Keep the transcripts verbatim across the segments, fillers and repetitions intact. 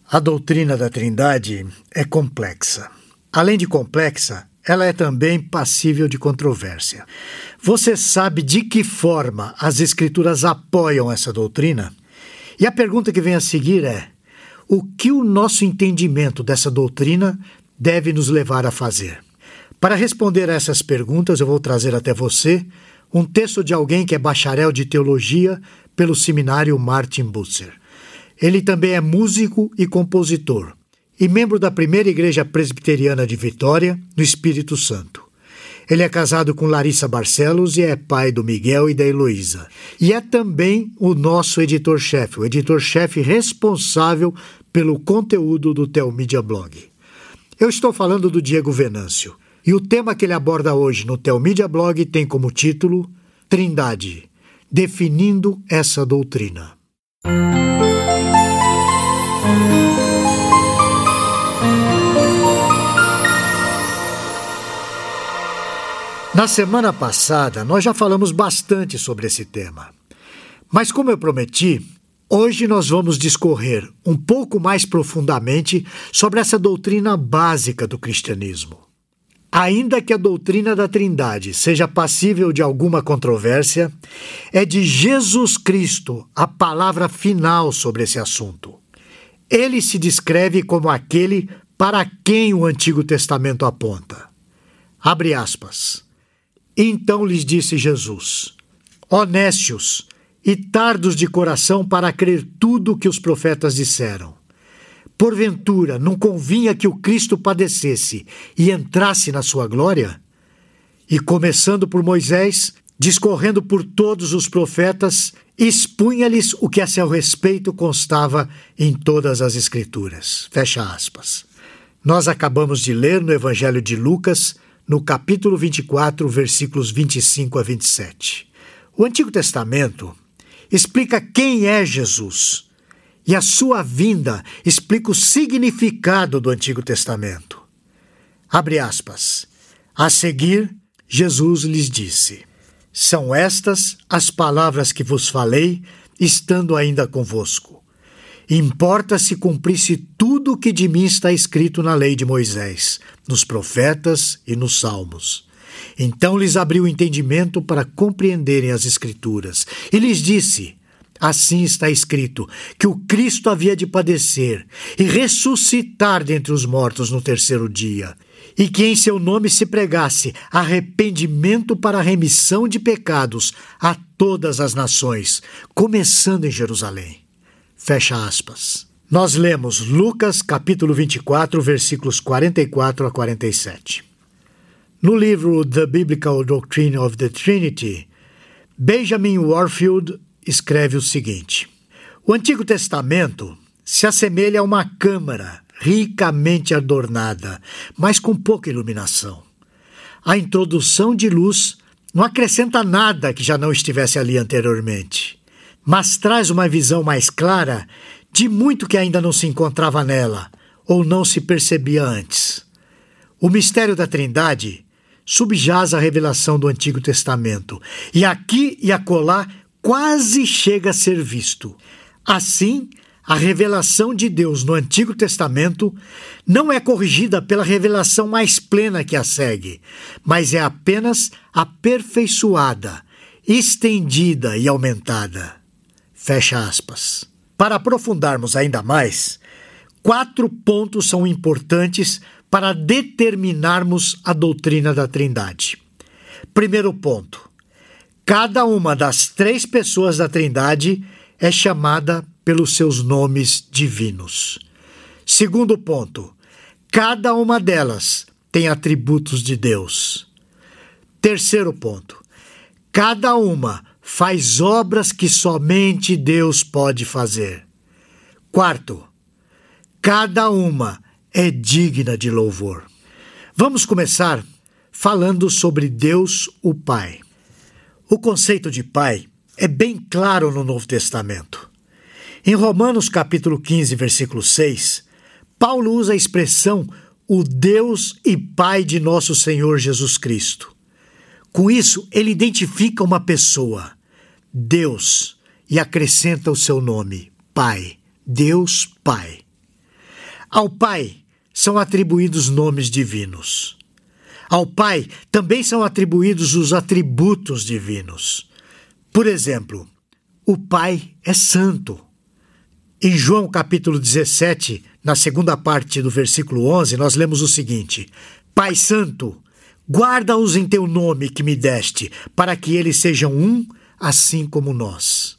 A doutrina da Trindade é complexa. Além de complexa, ela é também passível de controvérsia. Você sabe de que forma as Escrituras apoiam essa doutrina? E a pergunta que vem a seguir é: o que o nosso entendimento dessa doutrina deve nos levar a fazer? Para responder a essas perguntas, eu vou trazer até você um texto de alguém que é bacharel de teologia pelo seminário Martin Bucer. Ele também é músico e compositor, e membro da primeira igreja presbiteriana de Vitória, no Espírito Santo. Ele é casado com Larissa Barcelos e é pai do Miguel e da Heloísa. E é também o nosso editor-chefe, o editor-chefe responsável pelo conteúdo do Telmídia Blog. Eu estou falando do Diego Venâncio, e o tema que ele aborda hoje no Telmídia Blog tem como título Trindade, definindo essa doutrina. Na semana passada, nós já falamos bastante sobre esse tema. Mas como eu prometi, hoje nós vamos discorrer um pouco mais profundamente sobre essa doutrina básica do cristianismo. Ainda que a doutrina da Trindade seja passível de alguma controvérsia, é de Jesus Cristo a palavra final sobre esse assunto. Ele se descreve como aquele para quem o Antigo Testamento aponta. Abre aspas. Então lhes disse Jesus: honestos e tardos de coração para crer tudo o que os profetas disseram. Porventura, não convinha que o Cristo padecesse e entrasse na sua glória? E começando por Moisés, discorrendo por todos os profetas, expunha-lhes o que a seu respeito constava em todas as Escrituras. Fecha aspas. Nós acabamos de ler no Evangelho de Lucas, no capítulo vinte e quatro, versículos vinte e cinco a vinte e sete. O Antigo Testamento explica quem é Jesus, e a sua vinda explica o significado do Antigo Testamento. Abre aspas. A seguir, Jesus lhes disse: são estas as palavras que vos falei, estando ainda convosco. Importa se cumprisse tudo o que de mim está escrito na lei de Moisés, nos profetas e nos salmos. Então lhes abriu o entendimento para compreenderem as Escrituras, e lhes disse: assim está escrito, que o Cristo havia de padecer e ressuscitar dentre os mortos no terceiro dia, e que em seu nome se pregasse arrependimento para a remissão de pecados a todas as nações, começando em Jerusalém. Fecha aspas. Nós lemos Lucas capítulo vinte e quatro, versículos quarenta e quatro a quarenta e sete. No livro The Biblical Doctrine of the Trinity, Benjamin Warfield escreve o seguinte: o Antigo Testamento se assemelha a uma câmara ricamente adornada, mas com pouca iluminação. A introdução de luz não acrescenta nada que já não estivesse ali anteriormente, mas traz uma visão mais clara de muito que ainda não se encontrava nela, ou não se percebia antes. O mistério da Trindade subjaz a revelação do Antigo Testamento, e aqui e acolá quase chega a ser visto. Assim, a revelação de Deus no Antigo Testamento não é corrigida pela revelação mais plena que a segue, mas é apenas aperfeiçoada, estendida e aumentada. Fecha aspas. Para aprofundarmos ainda mais, quatro pontos são importantes para determinarmos a doutrina da Trindade. Primeiro ponto: cada uma das três pessoas da Trindade é chamada pelos seus nomes divinos. Segundo ponto: cada uma delas tem atributos de Deus. Terceiro ponto: cada uma faz obras que somente Deus pode fazer. Quarto: cada uma é digna de louvor. Vamos começar falando sobre Deus, o Pai. O conceito de Pai é bem claro no Novo Testamento. Em Romanos capítulo quinze, versículo seis, Paulo usa a expressão o Deus e Pai de nosso Senhor Jesus Cristo. Com isso, ele identifica uma pessoa, Deus, e acrescenta o seu nome, Pai, Deus Pai. Ao Pai são atribuídos nomes divinos. Ao Pai também são atribuídos os atributos divinos. Por exemplo, o Pai é santo. Em João capítulo dezessete, na segunda parte do versículo onze, nós lemos o seguinte: Pai Santo, guarda-os em teu nome que me deste, para que eles sejam um, assim como nós.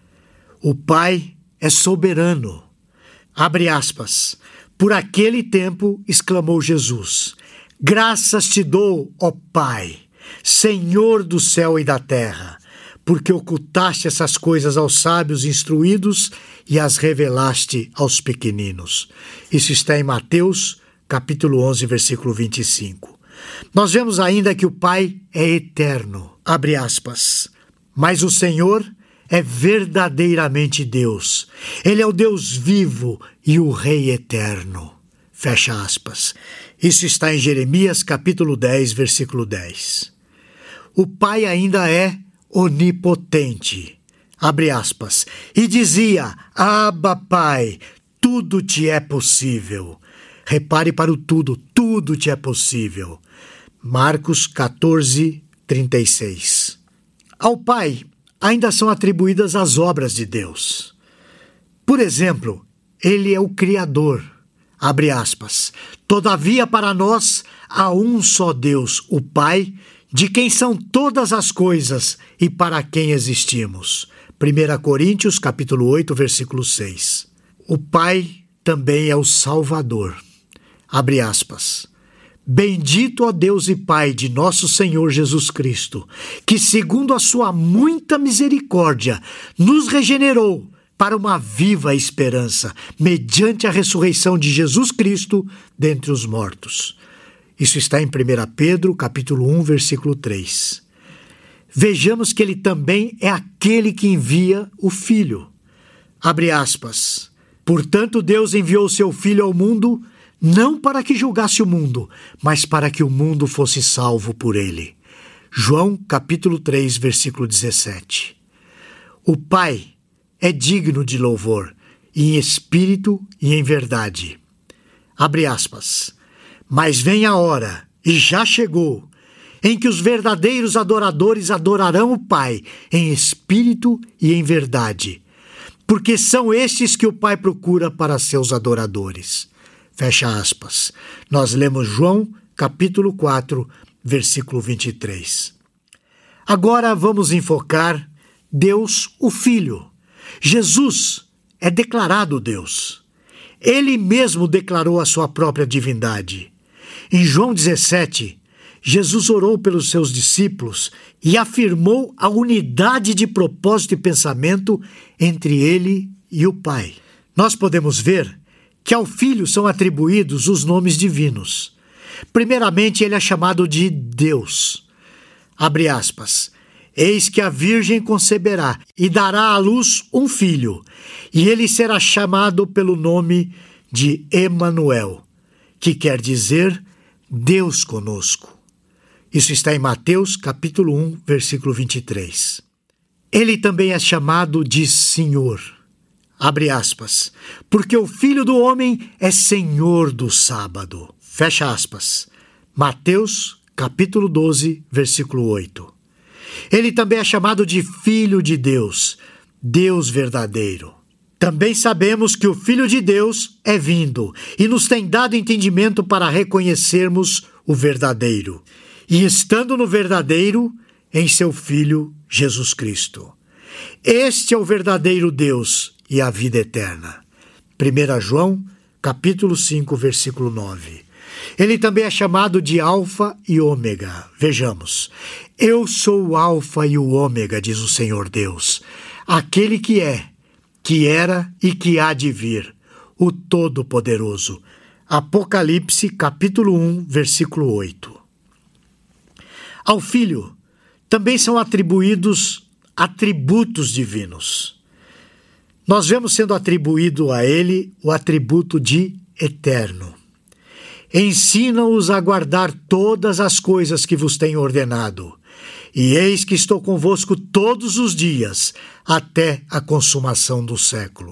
O Pai é soberano. Abre aspas. Por aquele tempo, exclamou Jesus, graças te dou, ó Pai, Senhor do céu e da terra, porque ocultaste essas coisas aos sábios instruídos e as revelaste aos pequeninos. Isso está em Mateus, capítulo onze, versículo vinte e cinco. Nós vemos ainda que o Pai é eterno, abre aspas, mas o Senhor é verdadeiramente Deus. Ele é o Deus vivo e o Rei eterno. Fecha aspas. Isso está em Jeremias, capítulo dez, versículo dez. O Pai ainda é onipotente. Abre aspas. E dizia, Abba, Pai, tudo te é possível. Repare para o tudo, tudo te é possível. Marcos quatorze, trinta e seis. Ao Pai ainda são atribuídas as obras de Deus. Por exemplo, Ele é o Criador. Abre aspas. Todavia para nós há um só Deus, o Pai, de quem são todas as coisas e para quem existimos. primeira Coríntios, capítulo oito, versículo seis. O Pai também é o Salvador. Abre aspas. Bendito ó Deus e Pai de nosso Senhor Jesus Cristo, que segundo a sua muita misericórdia nos regenerou para uma viva esperança, mediante a ressurreição de Jesus Cristo dentre os mortos. Isso está em primeira Pedro, capítulo um, versículo três. Vejamos que ele também é aquele que envia o Filho. Abre aspas. Portanto, Deus enviou seu Filho ao mundo, não para que julgasse o mundo, mas para que o mundo fosse salvo por ele. João, capítulo três, versículo dezessete. O Pai é digno de louvor, em espírito e em verdade. Abre aspas. Mas vem a hora, e já chegou, em que os verdadeiros adoradores adorarão o Pai em espírito e em verdade, porque são estes que o Pai procura para seus adoradores. Fecha aspas. Nós lemos João, capítulo quatro, versículo vinte e três. Agora vamos enfocar Deus, o Filho. Jesus é declarado Deus. Ele mesmo declarou a sua própria divindade. Em João dezessete, Jesus orou pelos seus discípulos e afirmou a unidade de propósito e pensamento entre ele e o Pai. Nós podemos ver que ao Filho são atribuídos os nomes divinos. Primeiramente, ele é chamado de Deus. Abre aspas. Eis que a Virgem conceberá e dará à luz um filho, e ele será chamado pelo nome de Emanuel, que quer dizer Deus conosco. Isso está em Mateus, capítulo um, versículo vinte e três. Ele também é chamado de Senhor. Abre aspas. Porque o Filho do Homem é Senhor do sábado. Fecha aspas. Mateus, capítulo doze, versículo oito. Ele também é chamado de Filho de Deus, Deus verdadeiro. Também sabemos que o Filho de Deus é vindo e nos tem dado entendimento para reconhecermos o verdadeiro. E estando no verdadeiro, em seu Filho Jesus Cristo. Este é o verdadeiro Deus e a vida eterna. primeira João, capítulo cinco, versículo nove. Ele também é chamado de Alfa e Ômega. Vejamos. Eu sou o Alfa e o Ômega, diz o Senhor Deus, aquele que é, que era e que há de vir, o Todo-Poderoso. Apocalipse, capítulo um, versículo oito. Ao Filho também são atribuídos atributos divinos. Nós vemos sendo atribuído a ele o atributo de eterno. Ensina-os a guardar todas as coisas que vos tenho ordenado, e eis que estou convosco todos os dias, até a consumação do século.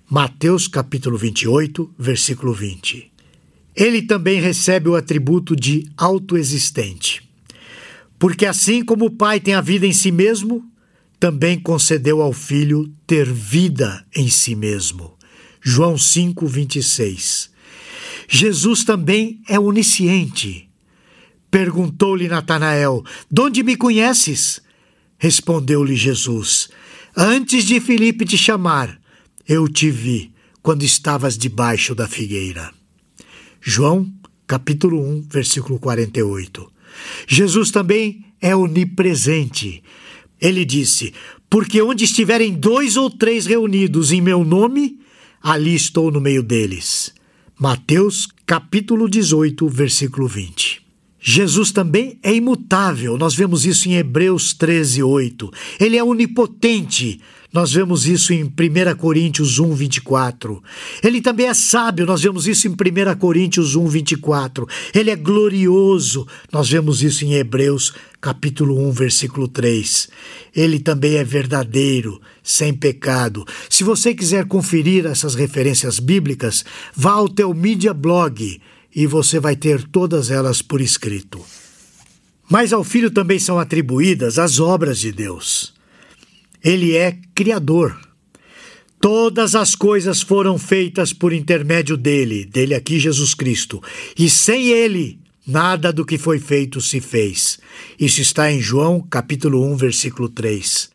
Mateus capítulo vinte e oito, versículo vinte. Ele também recebe o atributo de autoexistente. Porque assim como o Pai tem a vida em si mesmo, também concedeu ao Filho ter vida em si mesmo. João cinco, vinte e seis. Jesus também é onisciente. Perguntou-lhe Natanael: "De onde me conheces?" Respondeu-lhe Jesus: "Antes de Filipe te chamar, eu te vi quando estavas debaixo da figueira." João, capítulo um, versículo quarenta e oito. Jesus também é onipresente. Ele disse: "Porque onde estiverem dois ou três reunidos em meu nome, ali estou no meio deles." Mateus, capítulo dezoito, versículo vinte. Jesus também é imutável, nós vemos isso em Hebreus treze, oito. Ele é onipotente, nós vemos isso em primeira Coríntios um, vinte e quatro. Ele também é sábio, nós vemos isso em primeira Coríntios um, vinte e quatro. Ele é glorioso, nós vemos isso em Hebreus capítulo um, versículo três. Ele também é verdadeiro, sem pecado. Se você quiser conferir essas referências bíblicas, vá ao Teomídia Blog, e você vai ter todas elas por escrito. Mas ao Filho também são atribuídas as obras de Deus. Ele é Criador. Todas as coisas foram feitas por intermédio dele, dele aqui Jesus Cristo, e sem ele, nada do que foi feito se fez. Isso está em João, capítulo um, versículo três.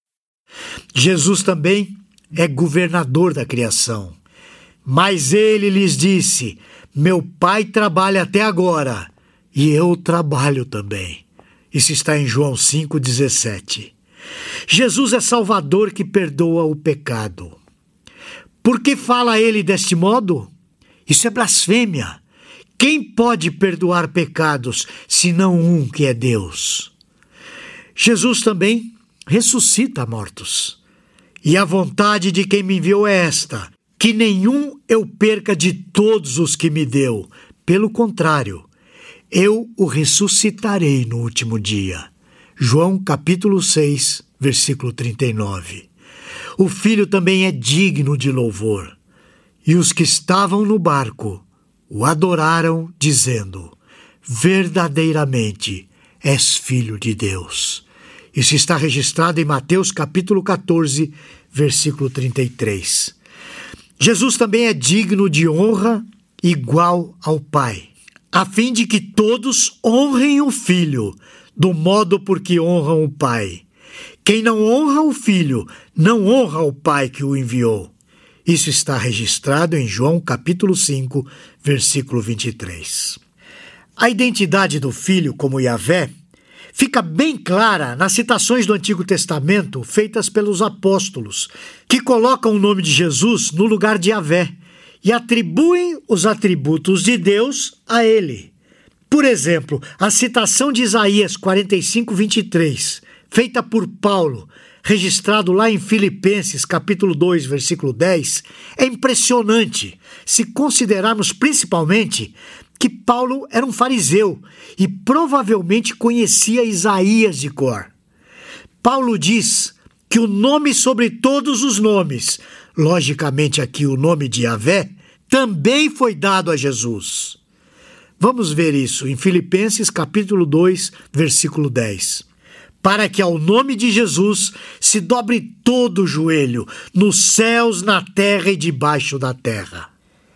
Jesus também é governador da criação. Mas ele lhes disse: "Meu Pai trabalha até agora, e eu trabalho também." Isso está em João cinco, dezessete. Jesus é Salvador que perdoa o pecado. Por que fala ele deste modo? Isso é blasfêmia. Quem pode perdoar pecados, senão um que é Deus? Jesus também ressuscita mortos. E a vontade de quem me enviou é esta: que nenhum eu perca de todos os que me deu. Pelo contrário, eu o ressuscitarei no último dia. João capítulo seis, versículo trinta e nove. O Filho também é digno de louvor. E os que estavam no barco o adoraram, dizendo: "Verdadeiramente és Filho de Deus." Isso está registrado em Mateus capítulo quatorze, versículo trinta e três. Jesus também é digno de honra igual ao Pai, a fim de que todos honrem o Filho, do modo por que honram o Pai. Quem não honra o Filho, não honra o Pai que o enviou. Isso está registrado em João capítulo cinco, versículo vinte e três. A identidade do Filho como Yahvé fica bem clara nas citações do Antigo Testamento feitas pelos apóstolos, que colocam o nome de Jesus no lugar de Yahvé e atribuem os atributos de Deus a ele. Por exemplo, a citação de Isaías quarenta e cinco, vinte e três, feita por Paulo, registrado lá em Filipenses capítulo dois, versículo dez, é impressionante se considerarmos principalmente que Paulo era um fariseu e provavelmente conhecia Isaías de cor. Paulo diz que o nome sobre todos os nomes, logicamente aqui o nome de Yahvé, também foi dado a Jesus. Vamos ver isso em Filipenses capítulo dois, versículo dez. Para que ao nome de Jesus se dobre todo o joelho, nos céus, na terra e debaixo da terra.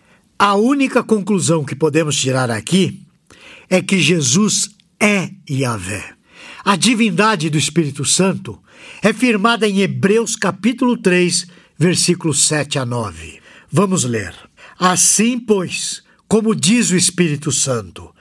A única conclusão que podemos tirar aqui é que Jesus é Yahvé. A divindade do Espírito Santo é firmada em Hebreus capítulo três, versículos sete a nove. Vamos ler. Assim, pois, como diz o Espírito Santo,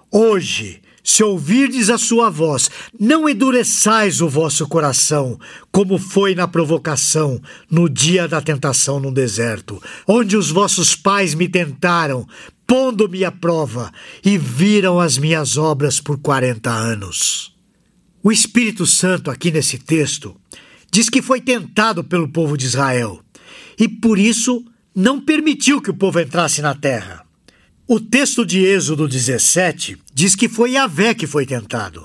hoje, se ouvirdes a sua voz, não endureçais o vosso coração, como foi na provocação, no dia da tentação no deserto, onde os vossos pais me tentaram, pondo-me à prova, e viram as minhas obras por quarenta anos. O Espírito Santo, aqui nesse texto, diz que foi tentado pelo povo de Israel, e por isso não permitiu que o povo entrasse na terra. O texto de Êxodo dezessete diz que foi Yahvé que foi tentado.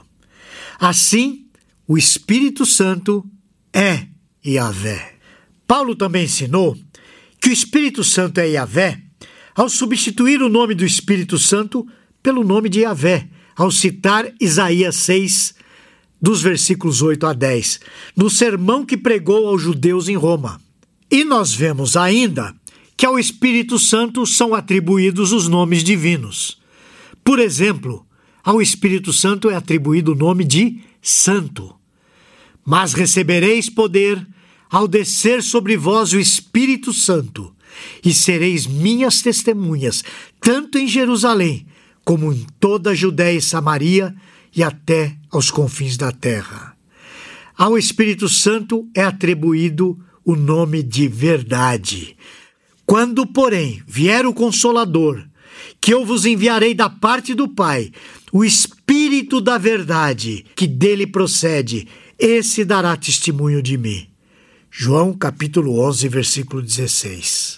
Assim, o Espírito Santo é Yahvé. Paulo também ensinou que o Espírito Santo é Yahvé ao substituir o nome do Espírito Santo pelo nome de Yahvé, ao citar Isaías seis, dos versículos oito a dez, no sermão que pregou aos judeus em Roma. E nós vemos ainda que ao Espírito Santo são atribuídos os nomes divinos. Por exemplo, ao Espírito Santo é atribuído o nome de Santo. Mas recebereis poder ao descer sobre vós o Espírito Santo, e sereis minhas testemunhas, tanto em Jerusalém, como em toda a Judéia e Samaria, e até aos confins da terra. Ao Espírito Santo é atribuído o nome de verdade. Quando, porém, vier o Consolador, que eu vos enviarei da parte do Pai, o Espírito da verdade, que dele procede, esse dará testemunho de mim. João capítulo onze, versículo dezesseis.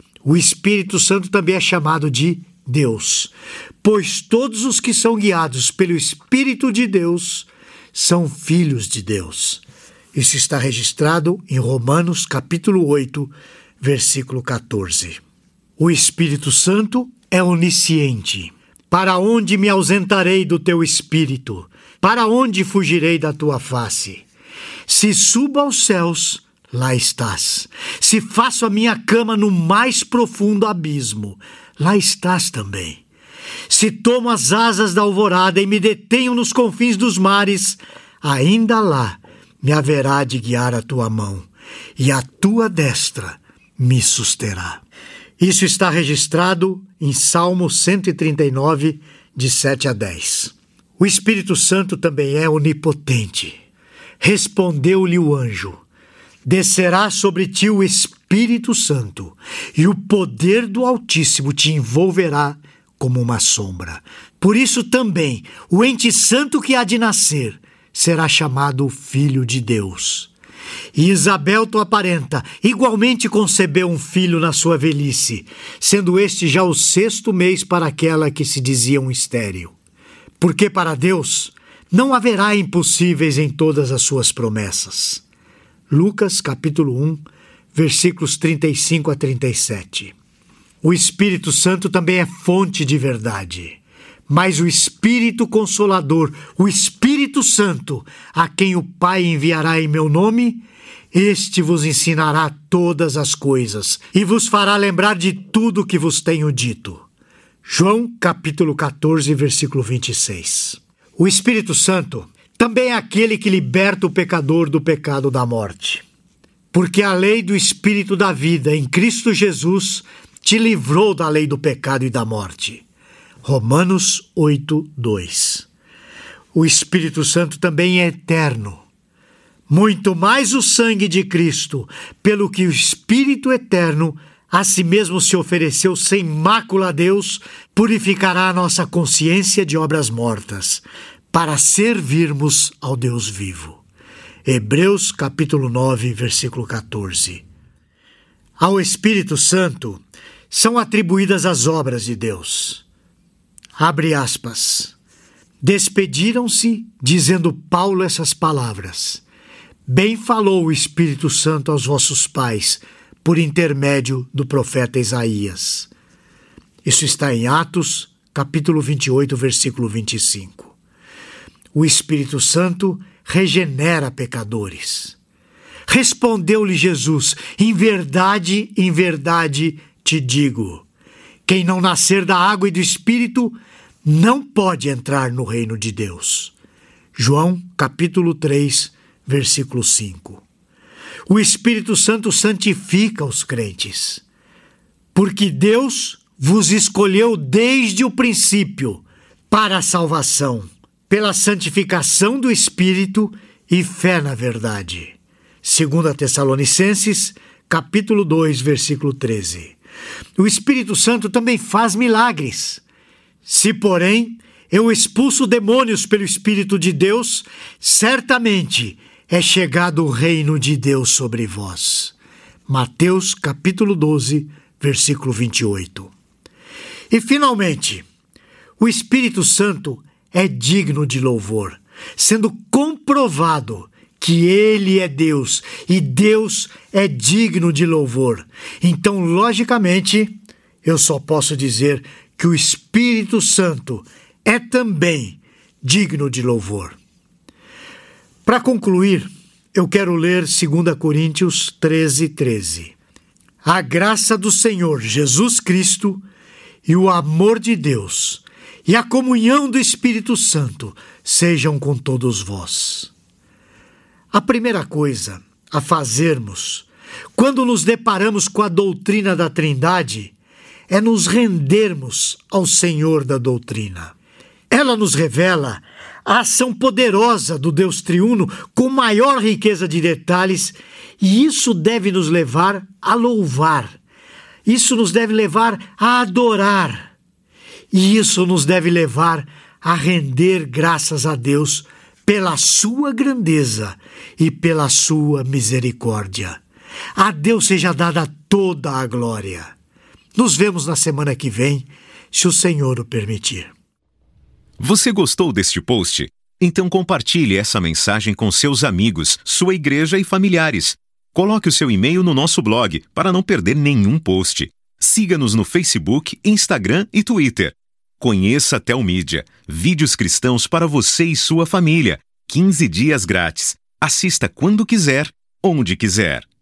O Espírito Santo também é chamado de Deus, pois todos os que são guiados pelo Espírito de Deus são filhos de Deus. Isso está registrado em Romanos capítulo oito, versículo quatorze. O Espírito Santo é onisciente. Para onde me ausentarei do teu Espírito? Para onde fugirei da tua face? Se subo aos céus, lá estás. Se faço a minha cama no mais profundo abismo, lá estás também. Se tomo as asas da alvorada e me detenho nos confins dos mares, ainda lá me haverá de guiar a tua mão, e a tua destra me susterá. Isso está registrado em Salmo cento e trinta e nove, de sete a dez. O Espírito Santo também é onipotente. Respondeu-lhe o anjo: descerá sobre ti o Espírito Santo, e o poder do Altíssimo te envolverá como uma sombra. Por isso também o ente santo que há de nascer será chamado Filho de Deus. E Isabel, tua parenta, igualmente concebeu um filho na sua velhice, sendo este já o sexto mês para aquela que se dizia um estéril. Porque para Deus não haverá impossíveis em todas as suas promessas. Lucas capítulo um, versículos trinta e cinco a trinta e sete. O Espírito Santo também é fonte de verdade. Mas o Espírito Consolador, o Espírito Santo, a quem o Pai enviará em meu nome, este vos ensinará todas as coisas e vos fará lembrar de tudo que vos tenho dito. João capítulo quatorze, versículo vinte e seis. O Espírito Santo também é aquele que liberta o pecador do pecado da morte. Porque a lei do Espírito da vida em Cristo Jesus te livrou da lei do pecado e da morte. Romanos oito, dois. O Espírito Santo também é eterno. Muito mais o sangue de Cristo, pelo que o Espírito eterno a si mesmo se ofereceu sem mácula a Deus, purificará a nossa consciência de obras mortas, para servirmos ao Deus vivo. Hebreus capítulo nove, versículo quatorze. Ao Espírito Santo são atribuídas as obras de Deus. Abre aspas. Despediram-se, dizendo Paulo essas palavras: bem falou o Espírito Santo aos vossos pais, por intermédio do profeta Isaías. Isso está em Atos, capítulo vinte e oito, versículo vinte e cinco. O Espírito Santo regenera pecadores. Respondeu-lhe Jesus: em verdade, em verdade te digo, quem não nascer da água e do Espírito não pode entrar no reino de Deus. João, capítulo três, versículo cinco. O Espírito Santo santifica os crentes, porque Deus vos escolheu desde o princípio para a salvação, pela santificação do Espírito e fé na verdade. Segunda Tessalonicenses, capítulo dois, versículo treze. O Espírito Santo também faz milagres. Se, porém, eu expulso demônios pelo Espírito de Deus, certamente é chegado o reino de Deus sobre vós. Mateus, capítulo doze, versículo vinte e oito. E, finalmente, o Espírito Santo é digno de louvor, sendo comprovado que Ele é Deus e Deus é digno de louvor. Então, logicamente, eu só posso dizer que o Espírito Santo é também digno de louvor. Para concluir, eu quero ler dois Coríntios treze, treze. A graça do Senhor Jesus Cristo e o amor de Deus e a comunhão do Espírito Santo sejam com todos vós. A primeira coisa a fazermos quando nos deparamos com a doutrina da Trindade é nos rendermos ao Senhor da doutrina. Ela nos revela a ação poderosa do Deus triuno com maior riqueza de detalhes, e isso deve nos levar a louvar. Isso nos deve levar a adorar. E isso nos deve levar a render graças a Deus pela sua grandeza e pela sua misericórdia. A Deus seja dada toda a glória. Nos vemos na semana que vem, se o Senhor o permitir. Você gostou deste post? Então compartilhe essa mensagem com seus amigos, sua igreja e familiares. Coloque o seu e-mail no nosso blog para não perder nenhum post. Siga-nos no Facebook, Instagram e Twitter. Conheça a Telmídia, vídeos cristãos para você e sua família. quinze dias grátis. Assista quando quiser, onde quiser.